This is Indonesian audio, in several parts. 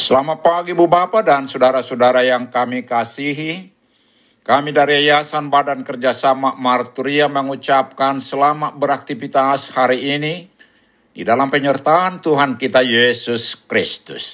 Selamat pagi Bu Bapak dan saudara-saudara yang kami kasihi. Kami dari Yayasan Badan Kerjasama Marturia mengucapkan selamat beraktivitas hari ini di dalam penyertaan Tuhan kita Yesus Kristus.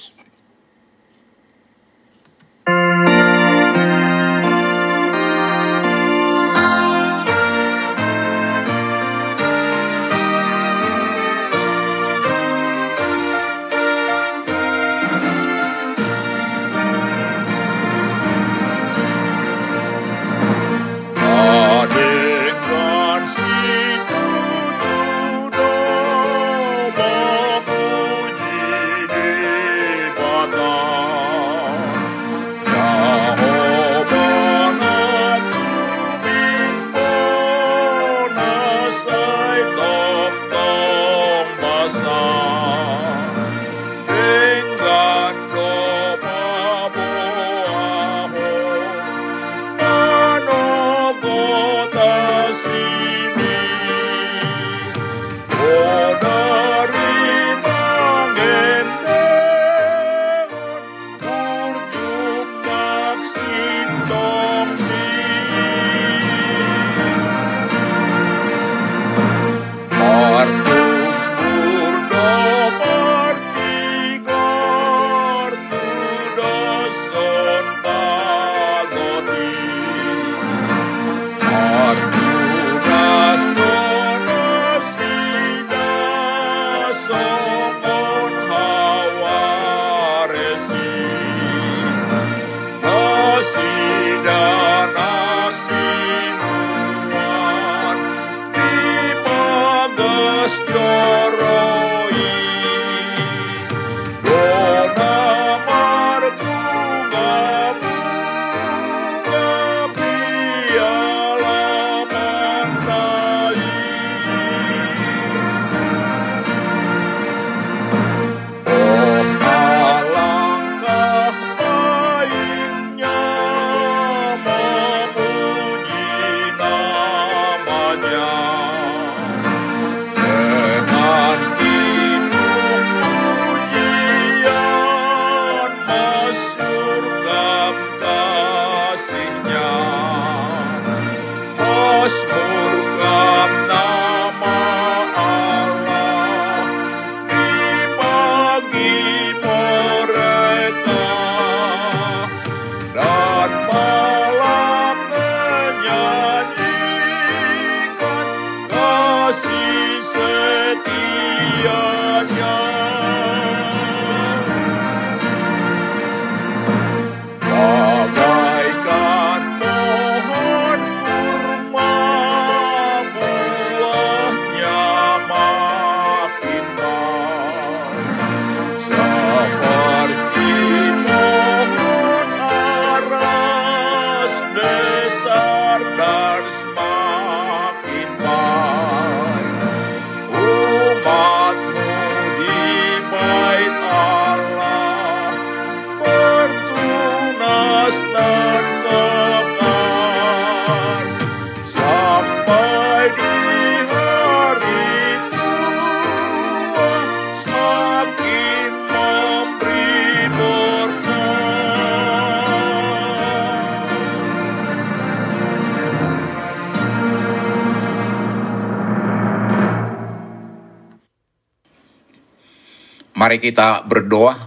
Mari kita berdoa.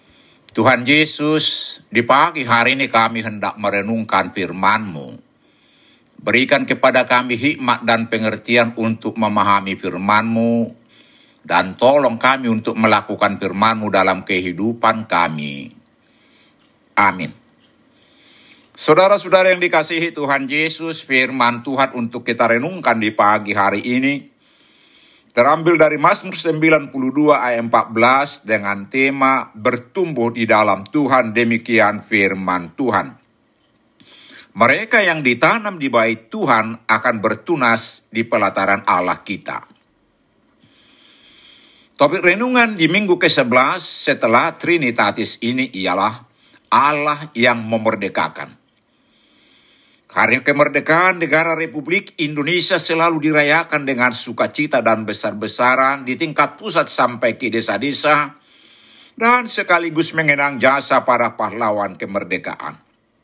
Tuhan Yesus, di pagi hari ini kami hendak merenungkan firman-Mu. Berikan kepada kami hikmat dan pengertian untuk memahami firman-Mu, dan tolong kami untuk melakukan firman-Mu dalam kehidupan kami. Amin. Saudara-saudara yang dikasihi Tuhan Yesus, firman Tuhan untuk kita renungkan di pagi hari ini terambil dari Mazmur 92 ayat 14 dengan tema bertumbuh di dalam Tuhan, demikian firman Tuhan. Mereka yang ditanam di bait Tuhan akan bertunas di pelataran Allah kita. Topik renungan di minggu ke-11 setelah Trinitatis ini ialah Allah yang memerdekakan. Hari kemerdekaan negara Republik Indonesia selalu dirayakan dengan sukacita dan besar-besaran di tingkat pusat sampai ke desa-desa, dan sekaligus mengenang jasa para pahlawan kemerdekaan.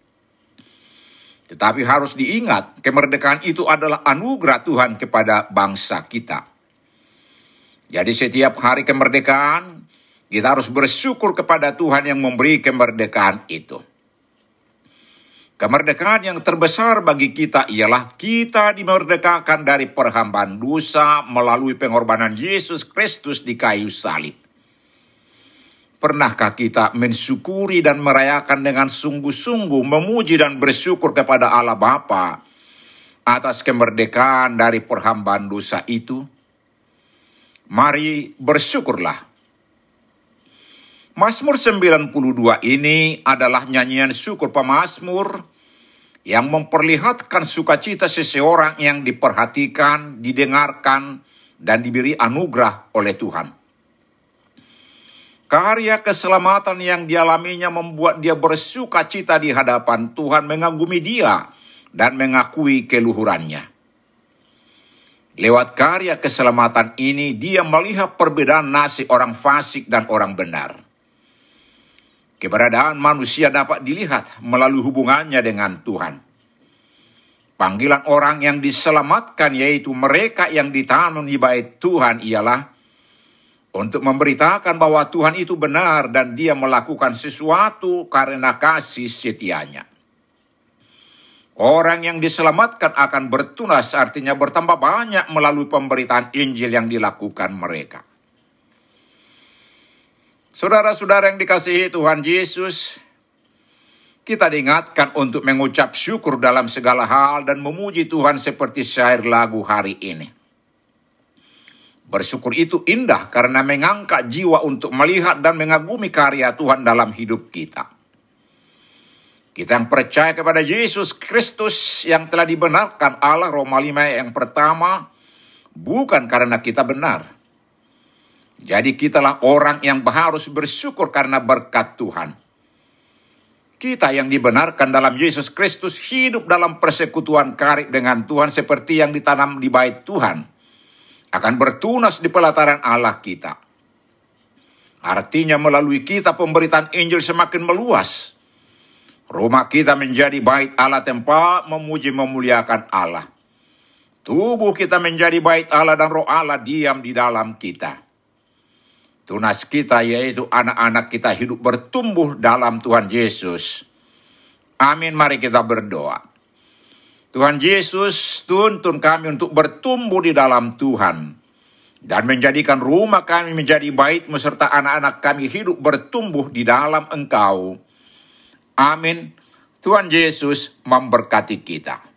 Tetapi harus diingat, kemerdekaan itu adalah anugerah Tuhan kepada bangsa kita. Jadi setiap hari kemerdekaan, kita harus bersyukur kepada Tuhan yang memberi kemerdekaan itu. Kemerdekaan yang terbesar bagi kita ialah kita dimerdekakan dari perhambaan dosa melalui pengorbanan Yesus Kristus di kayu salib. Pernahkah kita mensyukuri dan merayakan dengan sungguh-sungguh memuji dan bersyukur kepada Allah Bapa atas kemerdekaan dari perhambaan dosa itu? Mari bersyukurlah. Mazmur 92 ini adalah nyanyian syukur pemazmur yang memperlihatkan sukacita seseorang yang diperhatikan, didengarkan, dan diberi anugerah oleh Tuhan. Karya keselamatan yang dialaminya membuat dia bersukacita di hadapan Tuhan, mengagumi dia dan mengakui keluhurannya. Lewat karya keselamatan ini, dia melihat perbedaan nasib orang fasik dan orang benar. Keberadaan manusia dapat dilihat melalui hubungannya dengan Tuhan. Panggilan orang yang diselamatkan, yaitu mereka yang ditanam di bait Tuhan, ialah untuk memberitakan bahwa Tuhan itu benar dan dia melakukan sesuatu karena kasih setianya. Orang yang diselamatkan akan bertunas, artinya bertambah banyak melalui pemberitaan Injil yang dilakukan mereka. Saudara-saudara yang dikasihi Tuhan Yesus, kita diingatkan untuk mengucap syukur dalam segala hal dan memuji Tuhan seperti syair lagu hari ini. Bersyukur itu indah karena mengangkat jiwa untuk melihat dan mengagumi karya Tuhan dalam hidup kita. Kita yang percaya kepada Yesus Kristus yang telah dibenarkan Allah, Roma 5 yang pertama, bukan karena kita benar. Jadi kitalah orang yang harus bersyukur karena berkat Tuhan. Kita yang dibenarkan dalam Yesus Kristus hidup dalam persekutuan karib dengan Tuhan seperti yang ditanam di bait Tuhan, akan bertunas di pelataran Allah kita. Artinya melalui kita pemberitaan Injil semakin meluas. Rumah kita menjadi bait Allah, tempat memuji memuliakan Allah. Tubuh kita menjadi bait Allah dan roh Allah diam di dalam kita. Tunas kita yaitu anak-anak kita hidup bertumbuh dalam Tuhan Yesus. Amin, mari kita berdoa. Tuhan Yesus, tuntun kami untuk bertumbuh di dalam Tuhan dan menjadikan rumah kami menjadi bait-Mu serta anak-anak kami hidup bertumbuh di dalam Engkau. Amin. Tuhan Yesus memberkati kita.